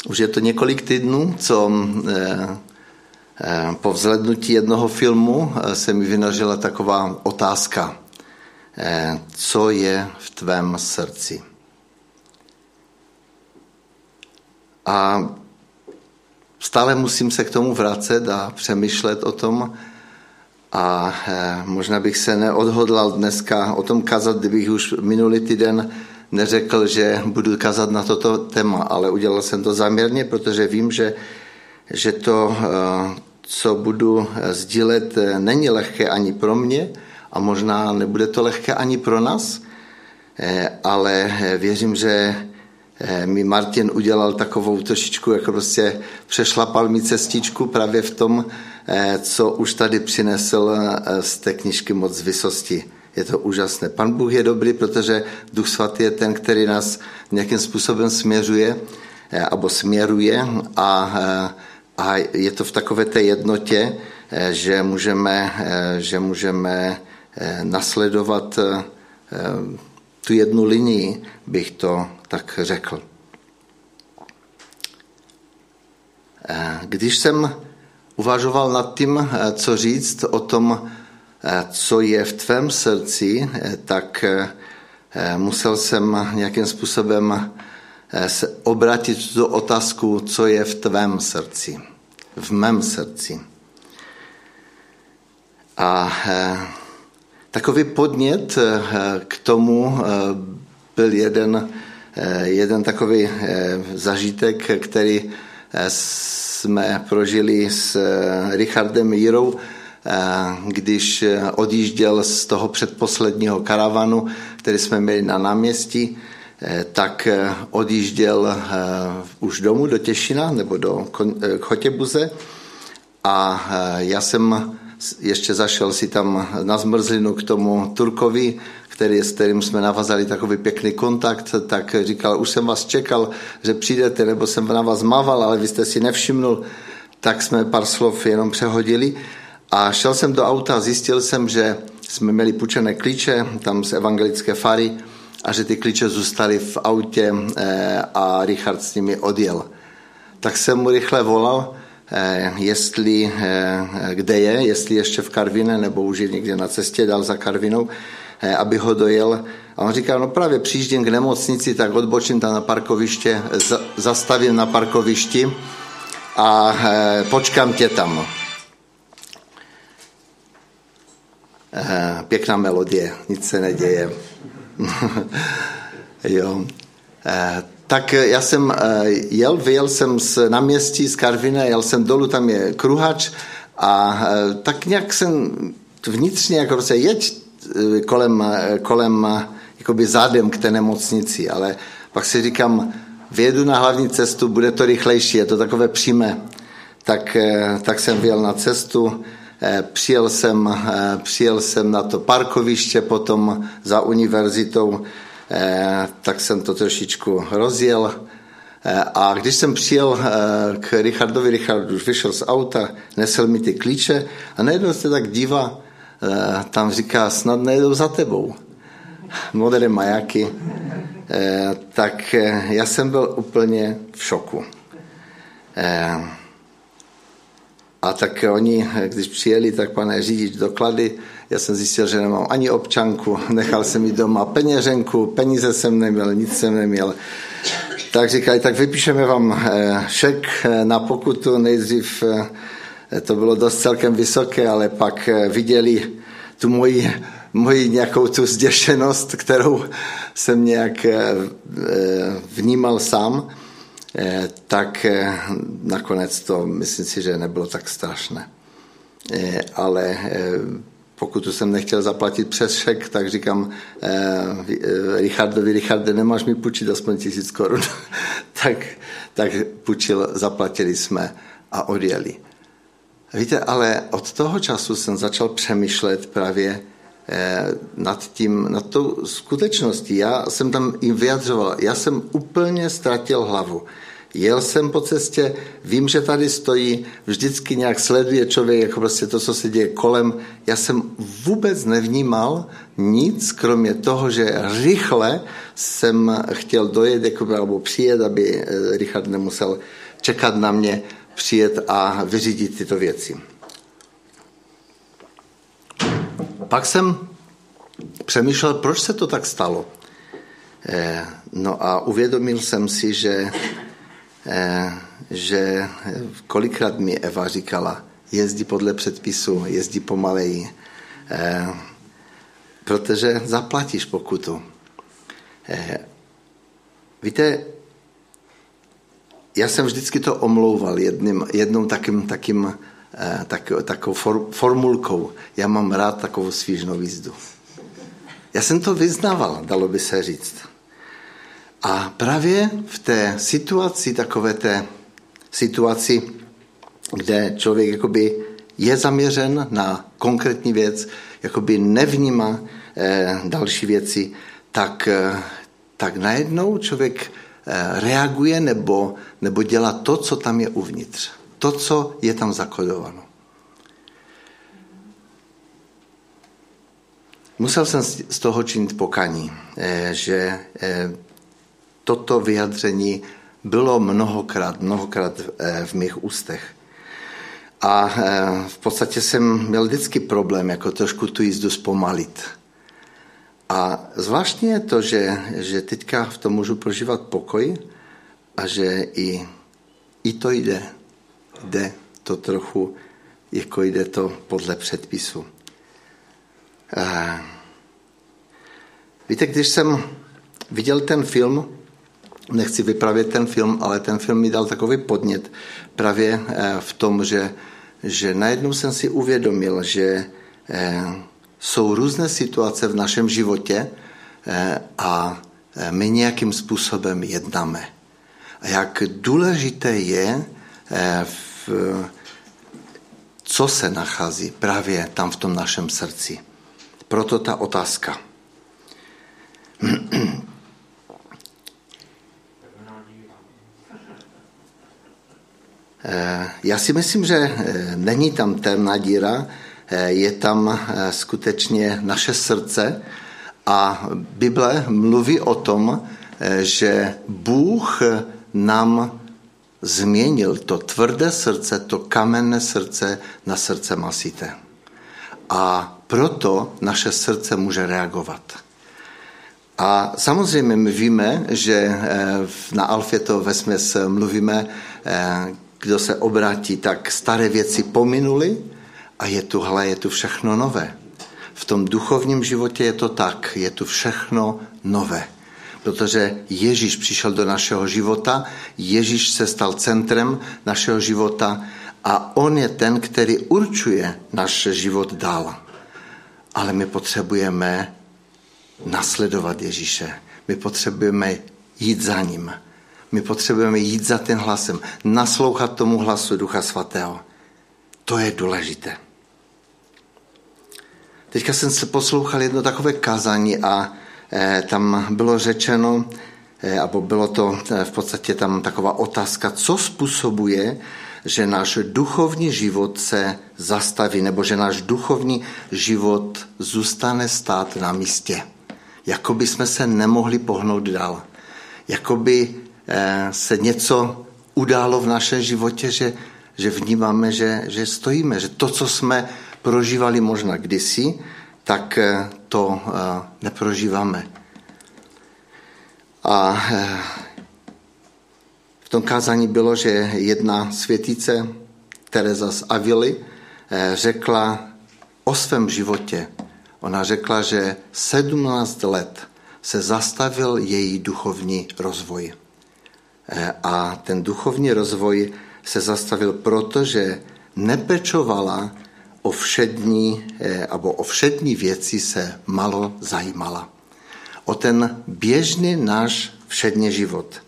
Už je to několik týdnů, co po vzhlédnutí jednoho filmu se mi vynořila taková otázka. Co je v tvém srdci? A stále musím se k tomu vracet a přemýšlet o tom. A možná bych se neodhodlal dneska o tom kazat, kdybych už minulý týden neřekl, že budu kazat na toto téma, ale udělal jsem to záměrně, protože vím, že to, co budu sdílet, není lehké ani pro mě a možná nebude to lehké ani pro nás, ale věřím, že mi Martin udělal takovou trošičku, jako prostě přešlapal mi cestičku právě v tom, co už tady přinesl z té knížky Moc vysosti. Je to úžasné. Pan Bůh je dobrý, protože Duch Svatý je ten, který nás nějakým způsobem směřuje nebo směruje a je to v takové té jednotě, že můžeme nasledovat tu jednu linii, bych to tak řekl. Když jsem uvažoval nad tím, co říct o tom, co je v tvém srdci, tak musel jsem nějakým způsobem se obrátit do otázku, co je v tvém srdci, v mém srdci. A takový podnět k tomu byl jeden takový zažitek, který jsme prožili s Richardem Jirou, když odjížděl z toho předposledního karavanu, který jsme měli na náměstí, tak odjížděl už domů do Těšina nebo do Chotěbuze a já jsem ještě zašel si tam na zmrzlinu k tomu Turkovi, s kterým jsme navazali takový pěkný kontakt, tak říkal, už jsem vás čekal, že přijdete, nebo jsem na vás mával, ale vy jste si nevšimnul, tak jsme pár slov jenom přehodili a šel jsem do auta a zjistil jsem, že jsme měli půjčené klíče tam z evangelické fary a že ty klíče zůstaly v autě a Richard s nimi odjel. Tak jsem mu rychle volal, kde je, jestli ještě v Karviné, nebo už je někde na cestě dál za Karvinou, aby ho dojel. A on říkal, no právě přijíždím k nemocnici, tak odbočím tam na parkoviště, zastavím na parkovišti a počkám tě tam. Pěkná melodie, nic se neděje. Jo. Tak já jsem vyjel jsem z náměstí z Karviné, jel jsem dolů, tam je kruhač a tak nějak jsem vnitřně jako se jeď kolem jakoby zádem k té nemocnici, ale pak si říkám, vyjedu na hlavní cestu, bude to rychlejší, je to takové přímé. Tak jsem vyjel na cestu, přijel jsem na to parkoviště potom za univerzitou, tak jsem to trošičku rozjel a když jsem přijel k Richardovi, Richard už vyšel z auta, nesl mi ty klíče a najednou se tak dívá, tam říká, snad nejedou za tebou. Modré majáky. Tak já jsem byl úplně v šoku. A tak oni, když přijeli, tak pane řidič doklady, já jsem zjistil, že nemám ani občanku, nechal jsem jí doma peněženku, peníze jsem neměl, nic jsem neměl. Tak říkali, tak vypíšeme vám šek na pokutu, nejdřív to bylo dost celkem vysoké, ale pak viděli tu moji nějakou tu zděšenost, kterou jsem nějak vnímal sám, tak nakonec to myslím si, že nebylo tak strašné. Ale pokud jsem nechtěl zaplatit přes šek, tak říkám Richarde, nemáš mi půjčit aspoň 1000 korun. tak půjčil, zaplatili jsme a odjeli. Víte, ale od toho času jsem začal přemýšlet právě nad tou skutečností. Já jsem tam jim vyjadřoval, já jsem úplně ztratil hlavu. Jel jsem po cestě, vím, že tady stojí, vždycky nějak sleduje člověk, jako prostě to, co se děje kolem. Já jsem vůbec nevnímal nic, kromě toho, že rychle jsem chtěl dojet, nebo přijet, aby Richard nemusel čekat na mě, přijet a vyřídit tyto věci. Pak jsem přemýšlel, proč se to tak stalo. No a uvědomil jsem si, že kolikrát mi Eva říkala, jezdí podle předpisu, jezdí pomaleji, protože zaplatíš pokutu. Víte, já jsem vždycky to omlouval jednou takovou formulkou. Já mám rád takovou svížnou jízdu. Já jsem to vyznával, dalo by se říct. A právě v té situaci, kde člověk jakoby je zaměřen na konkrétní věc, jakoby nevnímá další věci, tak najednou člověk reaguje nebo dělá to, co tam je uvnitř. To, co je tam zakodováno. Musel jsem z toho činit pokání, že toto vyjádření bylo mnohokrát v mých ústech. A v podstatě jsem měl vždycky problém, jako trošku tu jízdu zpomalit. A zvláštně je to, že teďka v tom můžu prožívat pokoj a že i to jde. Jde to trochu, jako jde to podle předpisu. Víte, když jsem viděl ten film, nechci vyprávět ten film, ale ten film mi dal takový podnět právě v tom, že najednou jsem si uvědomil, že jsou různé situace v našem životě a my nějakým způsobem jednáme. A jak důležité je, co se nachází právě tam v tom našem srdci. Proto ta otázka. Já si myslím, že není tam temná díra, je tam skutečně naše srdce a Bible mluví o tom, že Bůh nám změnil to tvrdé srdce, to kamenné srdce na srdce masité. A proto naše srdce může reagovat. A samozřejmě my víme, že na Alfě to vesměs mluvíme, kdo se obrátí, tak staré věci pominuly a je tu všechno nové. V tom duchovním životě je to tak, je tu všechno nové. Protože Ježíš přišel do našeho života, Ježíš se stal centrem našeho života a on je ten, který určuje náš život dál. Ale my potřebujeme nasledovat Ježíše. My potřebujeme jít za ním. My potřebujeme jít za tím hlasem, naslouchat tomu hlasu Ducha Svatého. To je důležité. Teďka jsem se poslouchal jedno takové kázání a tam bylo řečeno, nebo bylo to v podstatě tam taková otázka, co způsobuje, že náš duchovní život se zastaví, nebo že náš duchovní život zůstane stát na místě. Jakoby jsme se nemohli pohnout dál. Jakoby se něco událo v našem životě, že vnímáme, že stojíme, že to, co jsme prožívali možná kdysi, tak to neprožíváme. A v tom kázání bylo, že jedna světice, Teresa z Avily, řekla o svém životě. Ona řekla, že 17 let se zastavil její duchovní rozvoj. A ten duchovní rozvoj se zastavil, protože nepečovala o všední věci se málo zajímala. O ten běžný náš všední život.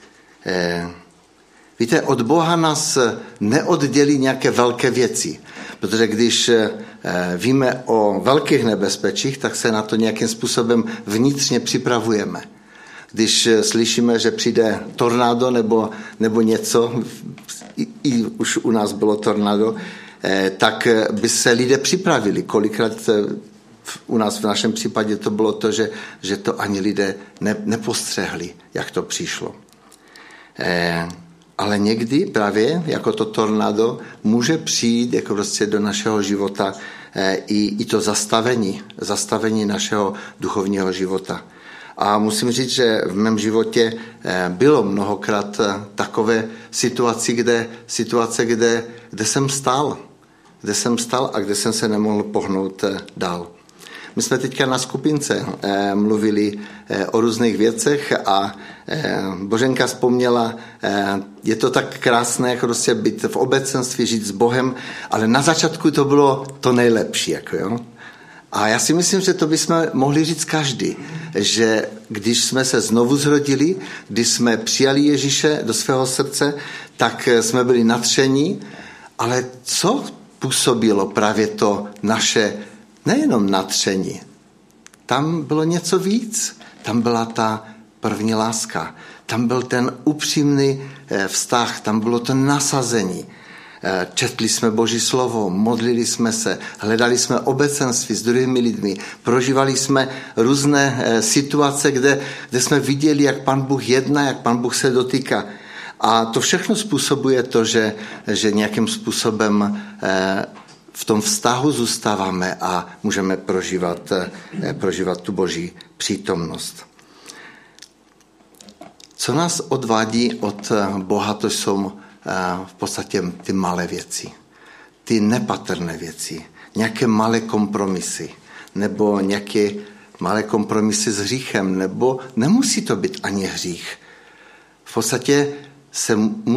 Víte, od Boha nás neoddělí nějaké velké věci, protože když víme o velkých nebezpečích, tak se na to nějakým způsobem vnitřně připravujeme. když slyšíme, že přijde tornádo nebo něco, i už u nás bylo tornádo, tak by se lidé připravili. Kolikrát u nás v našem případě to bylo to, že to ani lidé nepostřehli, jak to přišlo. Ale někdy právě jako to tornádo může přijít jako prostě do našeho života i to zastavení našeho duchovního života. A musím říct, že v mém životě bylo mnohokrát takové situace, kde jsem stál a kde jsem se nemohl pohnout dál. My jsme teďka na skupince mluvili o různých věcech a Boženka vzpomněla, je to tak krásné, jako prostě být v obecenství, žít s Bohem, ale na začátku to bylo to nejlepší. Jako jo. A já si myslím, že to bychom mohli říct každý, že když jsme se znovu zrodili, když jsme přijali Ježíše do svého srdce, tak jsme byli nadšení, ale co působilo právě to naše nejenom nadšení, tam bylo něco víc, tam byla ta první láska, tam byl ten upřímný vztah, tam bylo to nasazení. Četli jsme Boží slovo, modlili jsme se, hledali jsme obecenství s druhými lidmi, prožívali jsme různé situace, kde jsme viděli, jak Pán Bůh jedná, jak Pán Bůh se dotýká. A to všechno způsobuje to, že nějakým způsobem v tom vztahu zůstáváme a můžeme prožívat tu Boží přítomnost. Co nás odvádí od Boha, to jsou v podstatě ty malé věci, ty nepatrné věci, nějaké malé kompromisy, nebo nějaké malé kompromisy s hříchem, nebo nemusí to být ani hřích. V podstatě se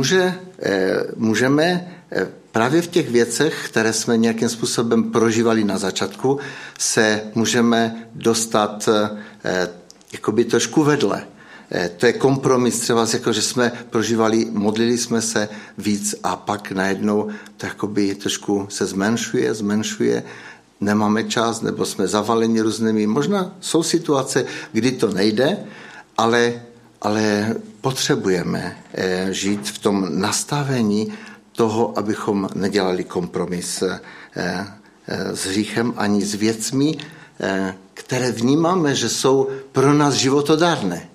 můžeme právě v těch věcech, které jsme nějakým způsobem prožívali na začátku, se můžeme dostat jakoby trošku vedle. To je kompromis třeba, jako, že jsme prožívali, modlili jsme se víc a pak najednou to jakoby trošku se zmenšuje, nemáme čas, nebo jsme zavaleni různými. Možná jsou situace, kdy to nejde, ale potřebujeme žít v tom nastavení toho, abychom nedělali kompromis s hříchem ani s věcmi, které vnímáme, že jsou pro nás životodárné.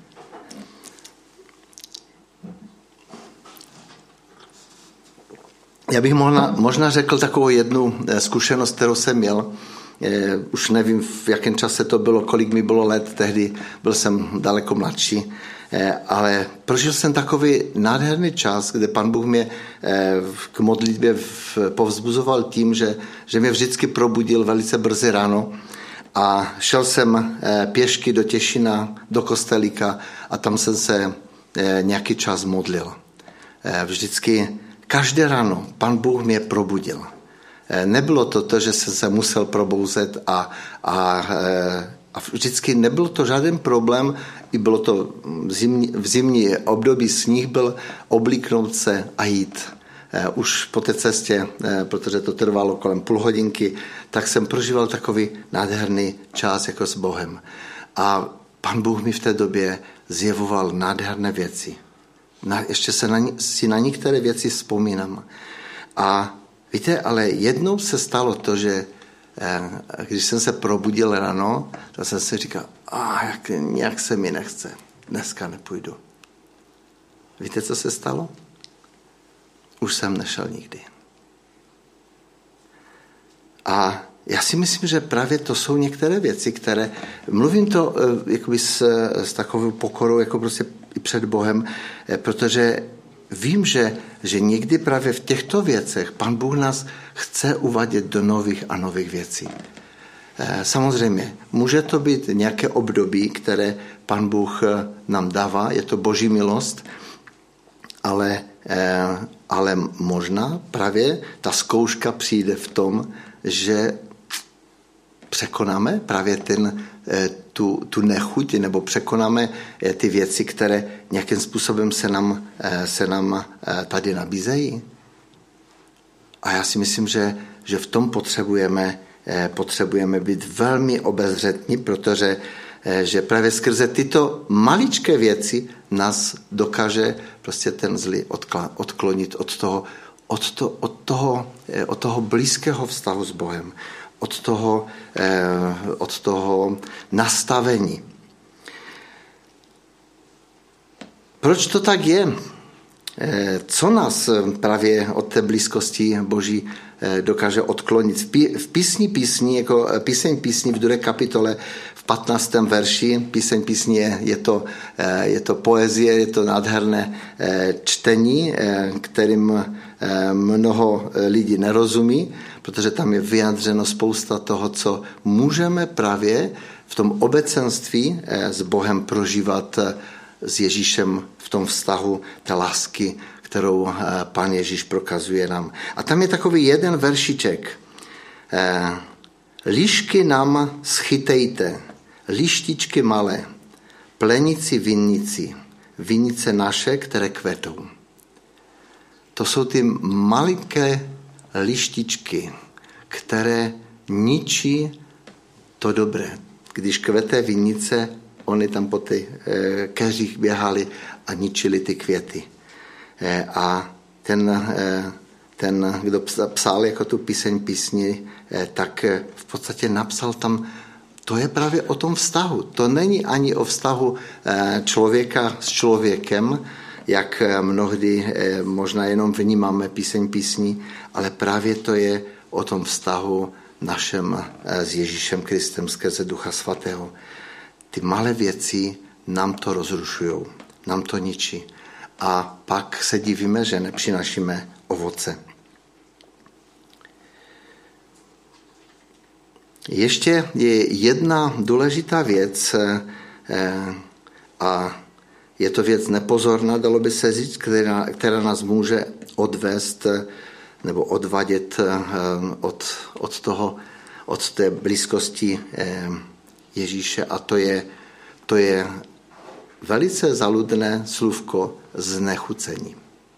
Já bych možná řekl takovou jednu zkušenost, kterou jsem měl. Už nevím, v jakém čase to bylo, kolik mi bylo let, tehdy byl jsem daleko mladší. Ale prožil jsem takový nádherný čas, kde Pan Bůh mě k modlitbě povzbuzoval tím, že mě vždycky probudil velice brzy ráno a šel jsem pěšky do Těšina, do kostelíka a tam jsem se nějaký čas modlil. Vždycky každé ráno Pan Bůh mě probudil. Nebylo to, že jsem se musel probouzet a vždycky nebyl to žádný problém, i bylo to v zimní období, sníh byl, oblíknout se a jít. Už po té cestě, protože to trvalo kolem půl hodinky, tak jsem prožíval takový nádherný čas jako s Bohem. A Pan Bůh mi v té době zjevoval nádherné věci. Ještě si na některé věci vzpomínám. A víte, ale jednou se stalo to, že když jsem se probudil ráno, tak jsem si říkal, nějak se mi nechce, dneska nepůjdu. Víte, co se stalo? Už jsem nešel nikdy. A já si myslím, že právě to jsou některé věci, které, mluvím to jakoby s takovou pokorou, jako prostě i před Bohem, protože vím, že někdy právě v těchto věcech Pan Bůh nás chce uvádět do nových a nových věcí. Samozřejmě, může to být nějaké období, které Pan Bůh nám dává, je to Boží milost, ale možná právě ta zkouška přijde v tom, že překonáme právě tu nechuť, nebo překonáme ty věci, které nějakým způsobem se nám tady nabízejí. A já si myslím, že v tom potřebujeme být velmi obezřetní, protože že právě skrze tyto maličké věci nás dokáže prostě ten zlý odklonit od toho blízkého vztahu s Bohem, od toho nastavení. Proč to tak je? Co nás právě od té blízkosti Boží dokáže odklonit? V písni, jako píseň písní v 2. kapitole v 15. verši, píseň písní je to poezie, je to nádherné čtení, kterým mnoho lidí nerozumí, protože tam je vyjádřeno spousta toho, co můžeme právě v tom obecenství s Bohem prožívat s Ježíšem v tom vztahu té lásky, kterou Pán Ježíš prokazuje nám. A tam je takový jeden veršiček. Líšky nám schytejte, lištičky malé, plenici vinnici, vinice naše, které kvetou. To jsou ty malinké lištičky, které ničí to dobré. Když kvete vinice, oni tam po těch keřích běhali a ničili ty květy. A ten, kdo psal jako tu píseň písni, tak v podstatě napsal tam, to je právě o tom vztahu. To není ani o vztahu člověka s člověkem, jak mnohdy možná jenom vnímáme píseň písní, ale právě to je o tom vztahu našem s Ježíšem Kristem skrze Ducha Svatého. Ty malé věci nám to rozrušují, nám to ničí. A pak se divíme, že nepřinášíme ovoce. Ještě je jedna důležitá věc a je to věc nepozorná, dalo by se říct, která nás může odvést nebo odvadět od té blízkosti Ježíše, a to je velice zaludné slůvko znechucení.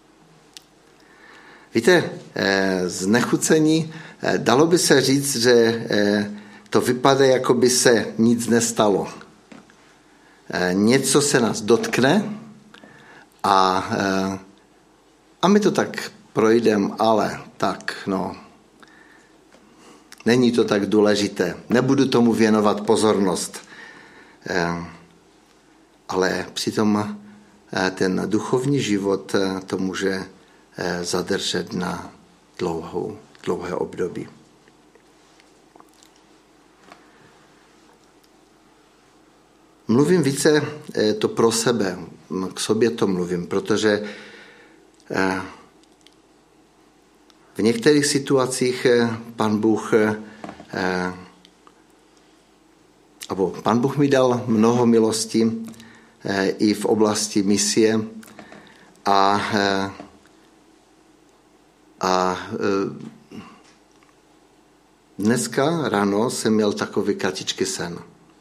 Víte, znechucení, dalo by se říct, že to vypadá, jako by se nic nestalo. Něco se nás dotkne a my to tak projdeme, ale tak, no, není to tak důležité. Nebudu tomu věnovat pozornost. Ale přitom ten duchovní život to může zadržet na dlouhé období. Mluvím více to pro sebe, k sobě to mluvím, protože v některých situacích Pán Bůh mi dal mnoho milostí i v oblasti misie a dneska ráno jsem měl takový kratičký sen.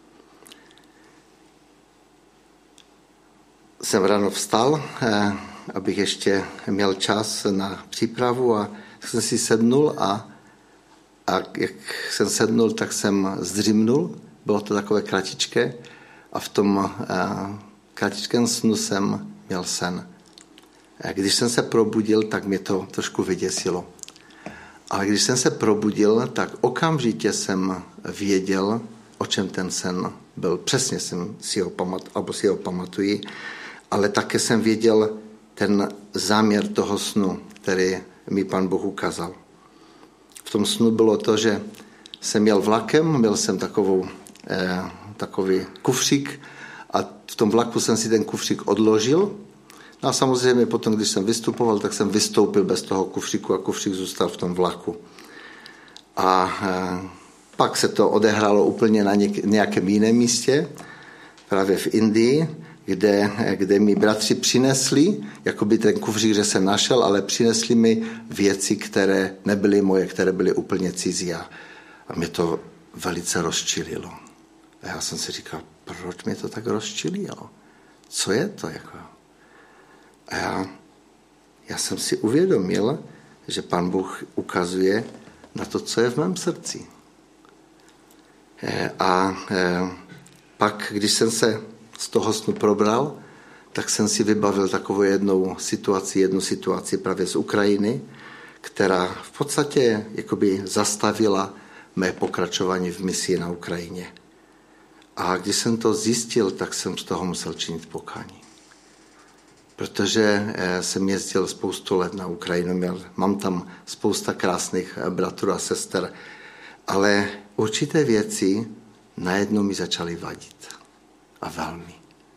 Jsem ráno vstal, abych ještě měl čas na přípravu, a jsem si sednul a jak jsem sednul, tak jsem zdřímnul. Bylo to takové kratičké a v tom kratičkém snu jsem měl sen. Když jsem se probudil, tak mě to trošku vyděsilo. Ale když jsem se probudil, tak okamžitě jsem věděl, o čem ten sen byl. Přesně jsem si ho pamatuji, ale také jsem věděl ten záměr toho snu, který mi Pán Bůh ukázal. V tom snu bylo to, že jsem jel vlakem, měl jsem takový kufřík a v tom vlaku jsem si ten kufřík odložil. No a samozřejmě potom, když jsem vystupoval, tak jsem vystoupil bez toho kufříku a kufřík zůstal v tom vlaku. A pak se to odehrálo úplně na nějakém jiném místě, právě v Indii, kde mi bratři přinesli, jako by ten kufřík, že jsem našel, ale přinesli mi věci, které nebyly moje, které byly úplně cizí. A mě to velice rozčililo. A já jsem si říkal, proč mě to tak rozčililo? Co je to? A já jsem si uvědomil, že Pán Bůh ukazuje na to, co je v mém srdci. A pak, když jsem se z toho snu probral, tak jsem si vybavil takovou jednu situaci právě z Ukrajiny, která v podstatě jakoby zastavila mé pokračování v misi na Ukrajině. A když jsem to zjistil, tak jsem z toho musel činit pokání. Protože jsem jezdil spoustu let na Ukrajinu, mám tam spousta krásných bratrů a sester, ale určité věci najednou mi začaly vadit. A velmi.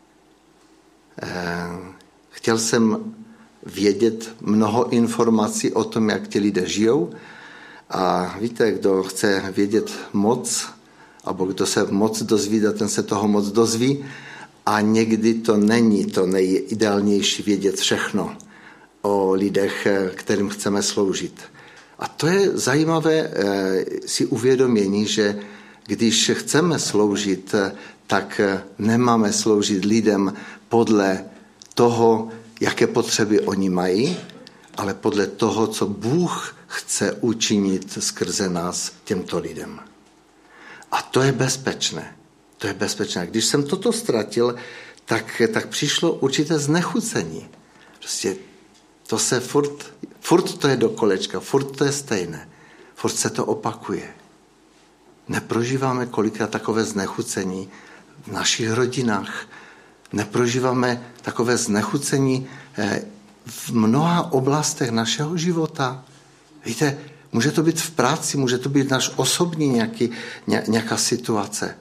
Chtěl jsem vědět mnoho informací o tom, jak ti lidé žijou. A víte, kdo chce vědět moc, nebo kdo se moc dozví, ten se toho moc dozví. A někdy to není to nejideálnější vědět všechno o lidech, kterým chceme sloužit. A to je zajímavé si uvědomění, že když chceme sloužit, tak nemáme sloužit lidem podle toho, jaké potřeby oni mají, ale podle toho, co Bůh chce učinit skrze nás těmto lidem. A to je bezpečné. To je bezpečné. Když jsem toto ztratil, tak přišlo určité znechucení. Prostě to se furt to je do kolečka, furt to je stejné. Furt se to opakuje. Neprožíváme kolikrát takové znechucení v našich rodinách. Neprožíváme takové znechucení v mnoha oblastech našeho života. Víte, může to být v práci, může to být náš osobní nějaká situace.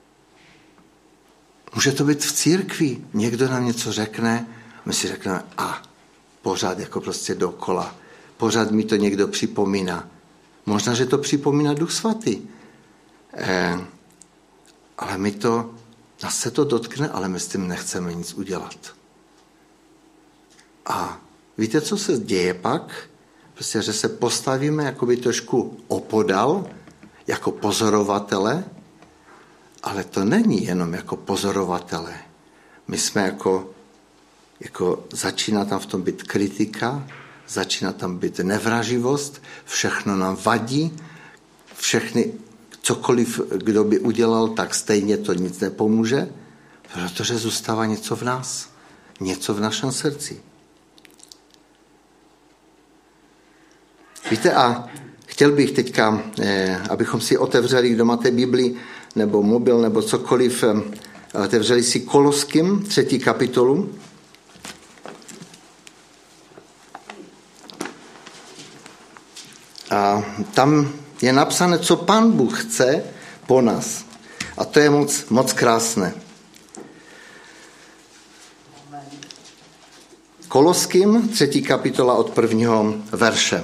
Může to být v církvi. Někdo nám něco řekne, my si řekneme, pořád jako prostě dokola. Pořád mi to někdo připomíná. Možná, že to připomíná Duch Svatý. Ale nás se to dotkne, ale my s tím nechceme nic udělat. A víte, co se děje pak? Prostě, že se postavíme jakoby trošku opodal, jako pozorovatele, ale to není jenom jako pozorovatele. My jsme jako začíná tam v tom být kritika, začíná tam být nevraživost, všechno nám vadí, cokoliv, kdo by udělal, tak stejně to nic nepomůže, protože zůstává něco v nás, něco v našem srdci. Víte, a chtěl bych teďka, abychom si otevřeli, kdo máte Bibli, nebo mobil, nebo cokoliv, otevřeli si Koloským 3. kapitolu. A tam je napsané, co Pán Bůh chce po nás. A to je moc krásné. Koloským 3. kapitola od 1. verše.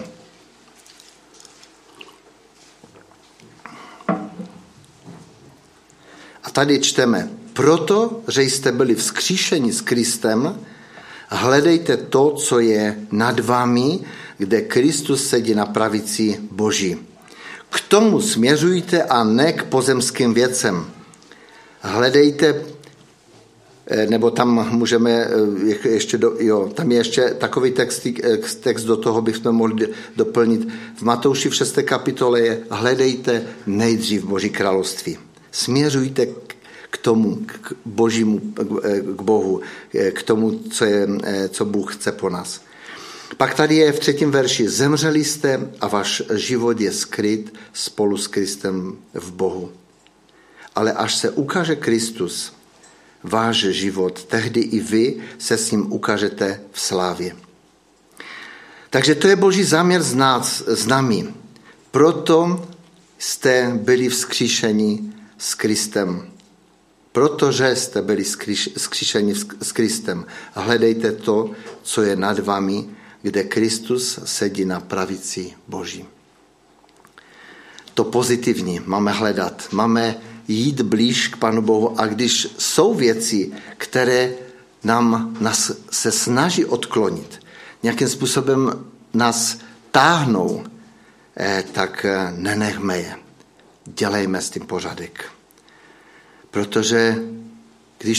A tady čteme, protože jste byli vzkříšeni s Kristem, hledejte to, co je nad vámi, kde Kristus sedí na pravici Boží. K tomu směřujte a ne k pozemským věcem. Hledejte, nebo tam můžeme ještě, tam je ještě takový text do toho bychom mohli doplnit. V Matouši v 6. kapitole je hledejte nejdřív Boží království. Směřujte k tomu, k Božímu, k Bohu, k tomu, co Bůh chce po nás. Pak tady je v 3. verši, zemřeli jste a váš život je skryt spolu s Kristem v Bohu. Ale až se ukáže Kristus, váš život, tehdy i vy se s ním ukážete v slávě. Takže to je Boží záměr s námi. Proto jste byli vzkříšeni s Kristem. Protože jste byli vzkříšeni s Kristem. Hledejte to, co je nad vámi, kde Kristus sedí na pravici Boží. To pozitivní máme hledat. Máme jít blíž k Pánu Bohu a když jsou věci, které nás se snaží odklonit, nějakým způsobem nás táhnou, tak nenechme je. Dělejme s tím pořádek. Protože když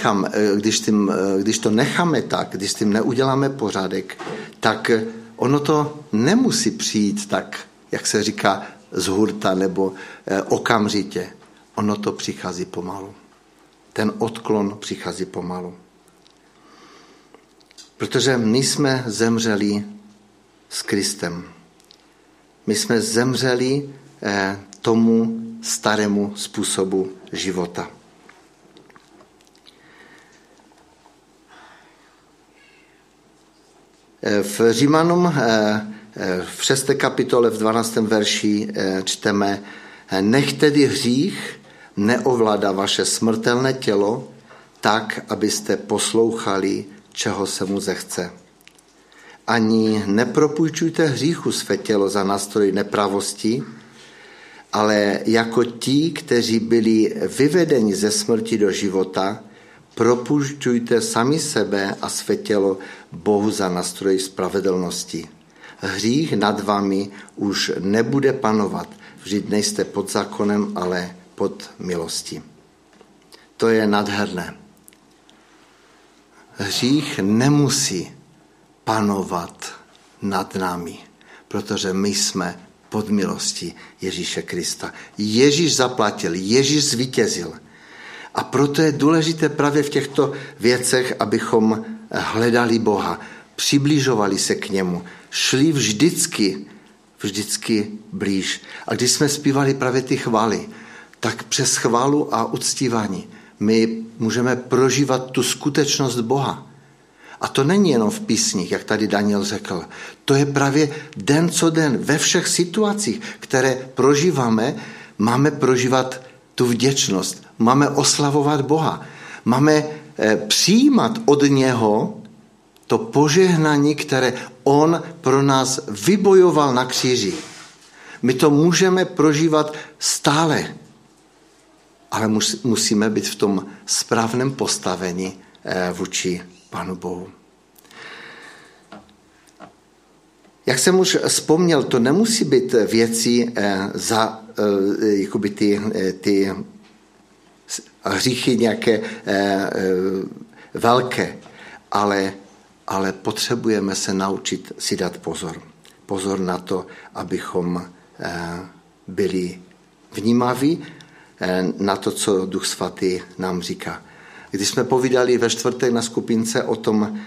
to necháme tak, když s tím neuděláme pořádek, tak ono to nemusí přijít tak, jak se říká, z hurta nebo okamžitě. Ono to přichází pomalu. ten odklon přichází pomalu. Protože my jsme zemřeli s Kristem. My jsme zemřeli tomu starému způsobu života. V Římanům v 6. kapitole v 12. verši čteme: Nech tedy hřích neovládá vaše smrtelné tělo tak, abyste poslouchali, čeho se mu zechce. Ani nepropůjčujte hříchu své tělo za nástroj nepravosti, ale jako ti, kteří byli vyvedeni ze smrti do života, propůjčujte sami sebe a své tělo Bohu za nástroj spravedlnosti. Hřích nad vámi už nebude panovat, vždyť nejste pod zákonem, ale pod milostí. To je nádherné. Hřích nemusí panovat nad námi, protože my jsme pod milostí Ježíše Krista. Ježíš zaplatil, Ježíš zvítězil. A proto je důležité právě v těchto věcech, abychom hledali Boha, přibližovali se k němu, šli vždycky blíž. A když jsme zpívali právě ty chvály, tak přes chválu a uctívání my můžeme prožívat tu skutečnost Boha. A to není jenom v písních, jak tady Daniel řekl. To je právě den co den, ve všech situacích, které prožíváme, máme prožívat tu vděčnost, máme oslavovat Boha, máme přijímat od něho to požehnání, které on pro nás vybojoval na kříži. My to můžeme prožívat stále, ale musíme být v tom správném postavení vůči Pánu Bohu. Jak jsem už vzpomněl, to nemusí být věci jakoby ty hříchy nějaké velké, ale potřebujeme se naučit si dát pozor. Pozor na to, abychom byli vnímaví na to, co Duch Svatý nám říká. Když jsme povídali ve čtvrtek na skupince o tom,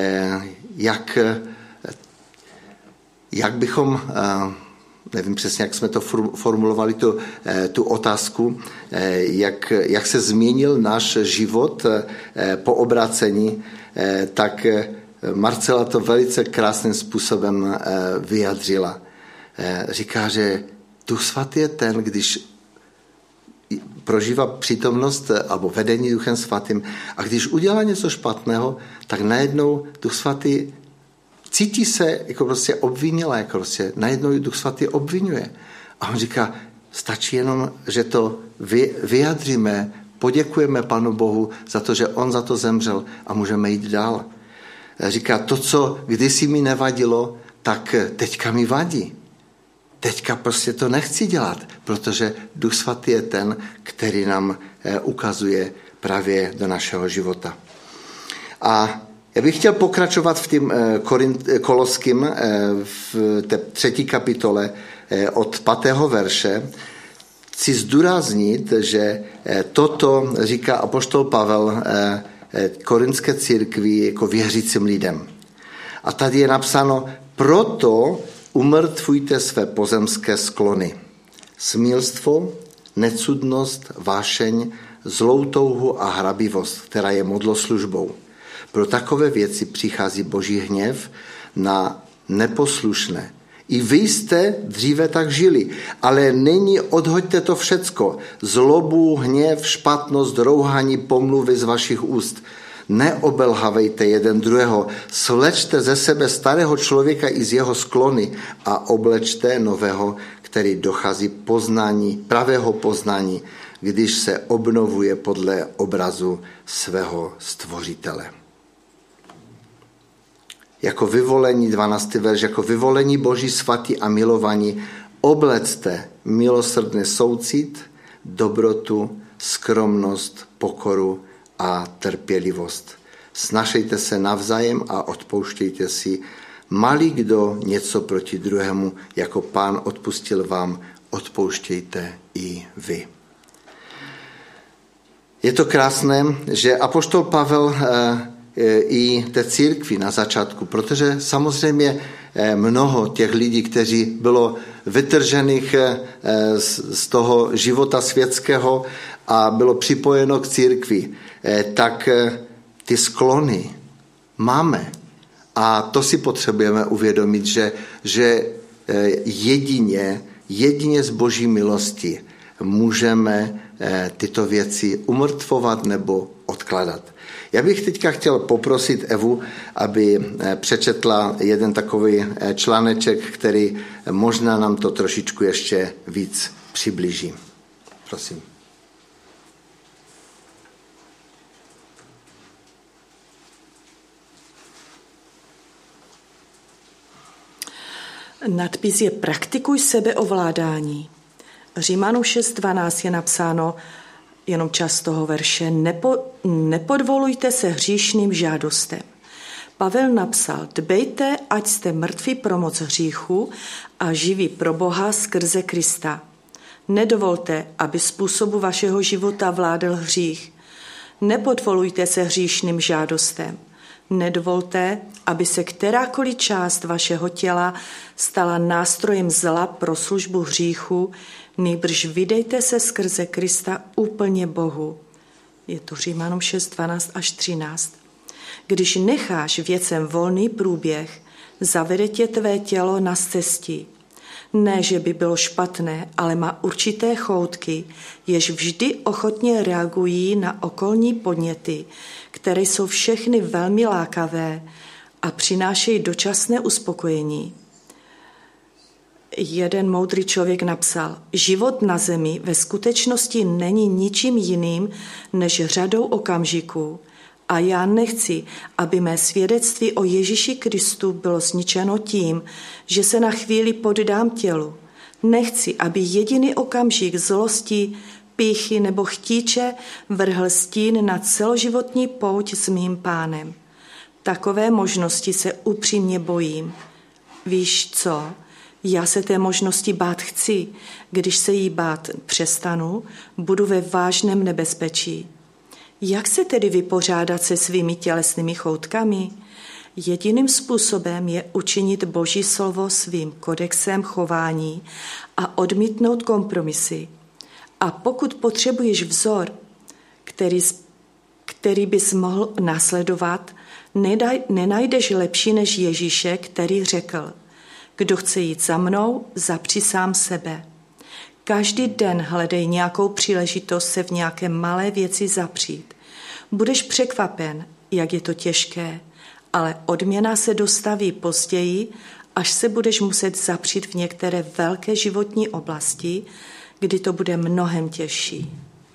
jak bychom, nevím přesně, jak jsme to formulovali, tu otázku, jak se změnil náš život po obrácení, tak Marcela to velice krásným způsobem vyjadřila. Říká, že Duch Svatý je ten, když prožívá přítomnost nebo vedení Duchem Svatým a když udělá něco špatného, tak najednou Duch Svatý cítí se jako prostě obvinila, jako prostě najednou Duch Svatý obvinuje. A on říká, stačí jenom, že to vyjadříme, poděkujeme Panu Bohu za to, že on za to zemřel a můžeme jít dál. Říká, to, co kdysi mi nevadilo, tak teďka mi vadí. Teďka prostě to nechci dělat, protože Duch Svatý je ten, který nám ukazuje právě do našeho života. A já bych chtěl pokračovat v tím Koloským v té 3. kapitole od 5. verše. Chci zdůraznit, že toto říká apoštol Pavel korinské církvi jako věřícím lidem. A tady je napsáno, proto umrtvujte své pozemské sklony. Smilstvo, necudnost, vášeň, zlou touhu a hrabivost, která je modloslužbou. Pro takové věci přichází Boží hněv na neposlušné. I vy jste dříve tak žili, ale nyní odhoďte to všecko. Zlobu, hněv, špatnost, rouhání, pomluvy z vašich úst. Neobelhavejte jeden druhého, slečte ze sebe starého člověka i z jeho sklony a oblečte nového, který dochází pravého poznání, když se obnovuje podle obrazu svého stvořitele. Jako vyvolení, 12. verš, jako vyvolení Boží svatí a milovaní, oblecte milosrdný soucit, dobrotu, skromnost, pokoru a trpělivost. Snašejte se navzájem a odpouštějte si, malý kdo něco proti druhému, jako Pán odpustil vám, odpouštějte i vy. Je to krásné, že apoštol Pavel i té církvi na začátku, protože samozřejmě mnoho těch lidí, kteří bylo vytržených z toho života světského a bylo připojeno k církvi, tak ty sklony máme. A to si potřebujeme uvědomit, že jedině z Boží milosti můžeme tyto věci umrtvovat nebo odkladat. Já bych teďka chtěl poprosit Evu, aby přečetla jeden takový článeček, který možná nám to trošičku ještě víc přiblíží. Prosím. Nadpis je Praktikuj sebeovládání. Římanům 6.12 je napsáno jenom část toho verše nepodvolujte se hříšným žádostem. Pavel napsal, dbejte, ať jste mrtví pro moc hříchu a živí pro Boha skrze Krista. Nedovolte, aby způsobu vašeho života vládl hřích. Nepodvolujte se hříšným žádostem. Nedovolte, aby se kterákoliv část vašeho těla stala nástrojem zla pro službu hříchu, nýbrž vydejte se skrze Krista úplně Bohu. Je to Římanům 6, 12 až 13. Když necháš věcem volný průběh, zavede tě tvé tělo na cestě. Ne, že by bylo špatné, ale má určité choutky, jež vždy ochotně reagují na okolní podněty, které jsou všechny velmi lákavé a přinášejí dočasné uspokojení. Jeden moudrý člověk napsal, život na zemi ve skutečnosti není ničím jiným než řadou okamžiků a já nechci, aby mé svědectví o Ježíši Kristu bylo zničeno tím, že se na chvíli poddám tělu. Nechci, aby jediný okamžik zlosti, pýchy nebo chtíče vrhl stín na celoživotní pouť s mým Pánem. Takové možnosti se upřímně bojím. Víš co? Já se té možnosti bát chci. Když se jí bát přestanu, budu ve vážném nebezpečí. Jak se tedy vypořádat se svými tělesnými choutkami? Jediným způsobem je učinit Boží slovo svým kodexem chování a odmítnout kompromisy. A pokud potřebuješ vzor, který bys mohl následovat, nenajdeš lepší než Ježíše, který řekl, kdo chce jít za mnou, zapři sám sebe. Každý den hledej nějakou příležitost se v nějaké malé věci zapřít. Budeš překvapen, jak je to těžké, ale odměna se dostaví později, až se budeš muset zapřít v některé velké životní oblasti, kdy to bude mnohem těžší.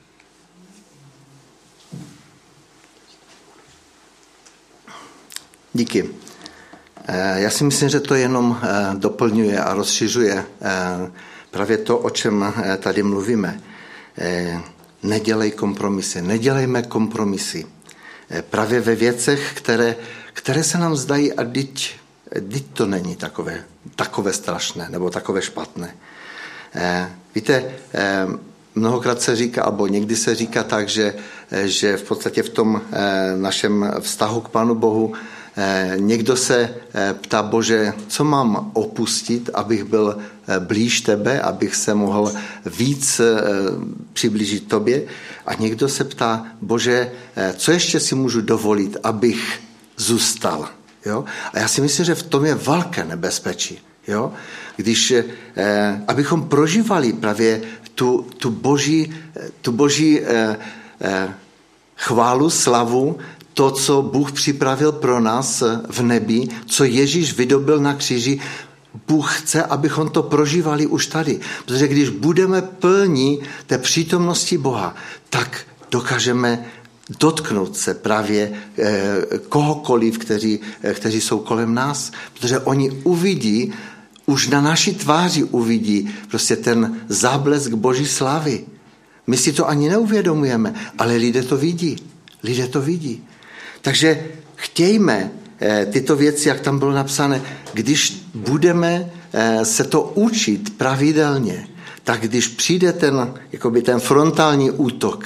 Díky. Já si myslím, že to jenom doplňuje a rozšiřuje právě to, o čem tady mluvíme. Nedělej kompromisy, nedělejme kompromisy. Právě ve věcech, které se nám zdají a teď to není takové strašné nebo takové špatné. Víte, mnohokrát se říká, alebo někdy se říká tak, že v podstatě v tom našem vztahu k Pánu Bohu někdo se ptá, Bože, co mám opustit, abych byl blíž tebe, abych se mohl víc přiblížit tobě. A někdo se ptá, Bože, co ještě si můžu dovolit, abych zůstal. Jo? A já si myslím, že v tom je velké nebezpečí. Jo? Když, abychom prožívali právě tu boží chválu, slavu, to, co Bůh připravil pro nás v nebi, co Ježíš vydobil na kříži, Bůh chce, abychom to prožívali už tady. Protože když budeme plní té přítomnosti Boha, tak dokážeme dotknout se právě kohokoliv, kteří jsou kolem nás. Protože oni uvidí, už na naší tváři uvidí prostě ten záblesk Boží slávy. My si to ani neuvědomujeme, ale lidé to vidí. Takže chtějme tyto věci, jak tam bylo napsané, když budeme se to učit pravidelně, tak když přijde ten frontální útok,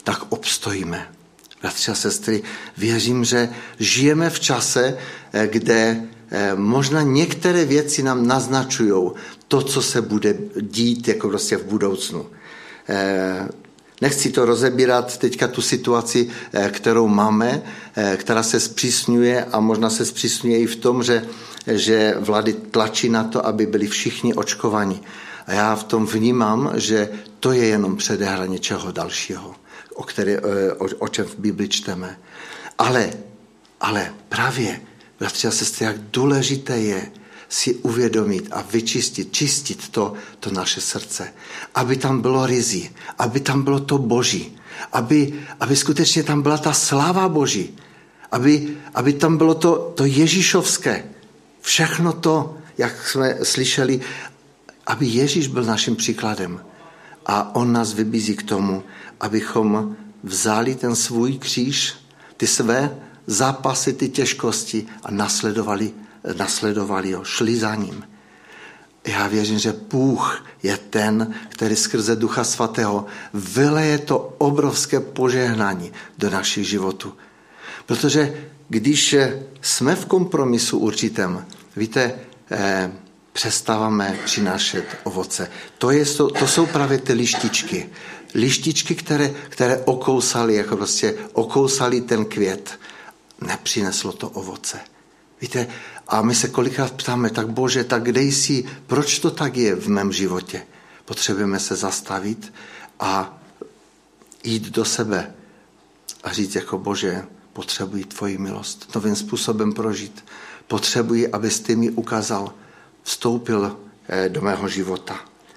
tak obstojíme. Bratři a sestry, věřím, že žijeme v čase, kde možná některé věci nám naznačují to, co se bude dít jako prostě v budoucnu. Nechci to rozebírat teďka tu situaci, kterou máme, která se zpřísňuje a možná se zpřísňuje i v tom, že vlády tlačí na to, aby byli všichni očkovaní. A já v tom vnímám, že to je jenom předehra něčeho dalšího, o čem v Bibli čteme. Ale právě, bratři a sestry, jak důležité je si uvědomit a čistit to naše srdce. Aby tam bylo rizí, aby tam bylo to Boží, aby skutečně tam byla ta sláva Boží, aby tam bylo to Ježíšovské. Všechno to, jak jsme slyšeli, aby Ježíš byl naším příkladem. A on nás vybízí k tomu, abychom vzali ten svůj kříž, ty své zápasy, ty těžkosti a nasledovali ho, šli za ním. Já věřím, že Bůh je ten, který skrze Ducha Svatého vyleje to obrovské požehnání do našich životů. Protože když jsme v kompromisu určitém, víte, přestáváme přinášet ovoce. To jsou právě ty lištičky. Lištičky, které okousali ten květ. Nepřineslo to ovoce. Víte, a my se kolikrát ptáme, tak Bože, tak kde jsi, proč to tak je v mém životě? Potřebujeme se zastavit a jít do sebe a říct jako Bože, potřebuji tvoji milost, novým způsobem prožít. Potřebuji, abys ty mi ukázal, vstoupil do mého života.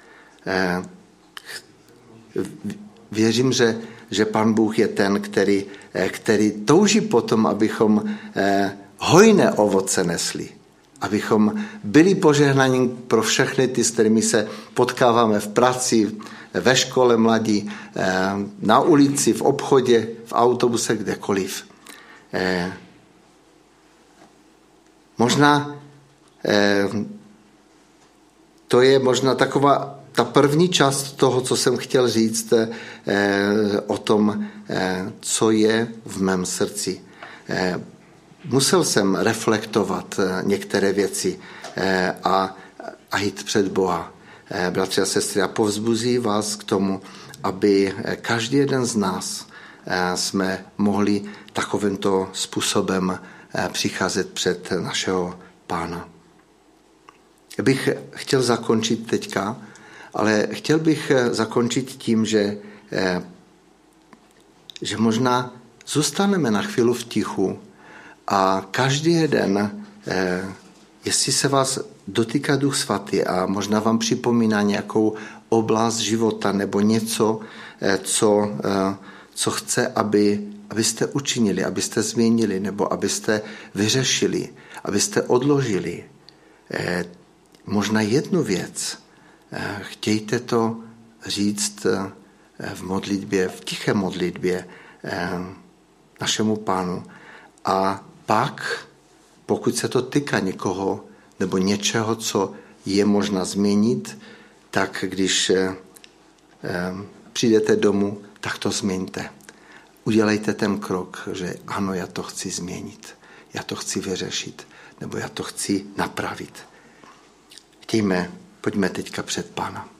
Věřím, že Pán Bůh je ten, který touží potom, abychom hojné ovoce nesli. Abychom byli požehnaní pro všechny ty, s kterými se potkáváme v práci, ve škole mladí, na ulici, v obchodě, v autobuse, kdekoliv. Možná to je možná taková ta první část toho, co jsem chtěl říct o tom, co je v mém srdci. Musel jsem reflektovat některé věci a jít před Boha. Bratři a sestry, a povzbuzí vás k tomu, aby každý jeden z nás jsme mohli takovýmto způsobem přicházet před našeho Pána. Já bych chtěl zakončit teďka, ale chtěl bych zakončit tím, že možná zůstaneme na chvíli v tichu a každý jeden, jestli se vás dotýká Duch Svatý a možná vám připomíná nějakou oblast života nebo něco, co chce, abyste učinili, abyste změnili nebo abyste vyřešili, abyste odložili. Možná jednu věc, chtějte to říct v modlitbě, v tiché modlitbě našemu Pánu. A pak, pokud se to týká někoho nebo něčeho, co je možná změnit, tak když přijdete domů, tak to změňte. Udělejte ten krok, že ano, já to chci změnit, já to chci vyřešit, nebo já to chci napravit. Pojďme teďka před Pána.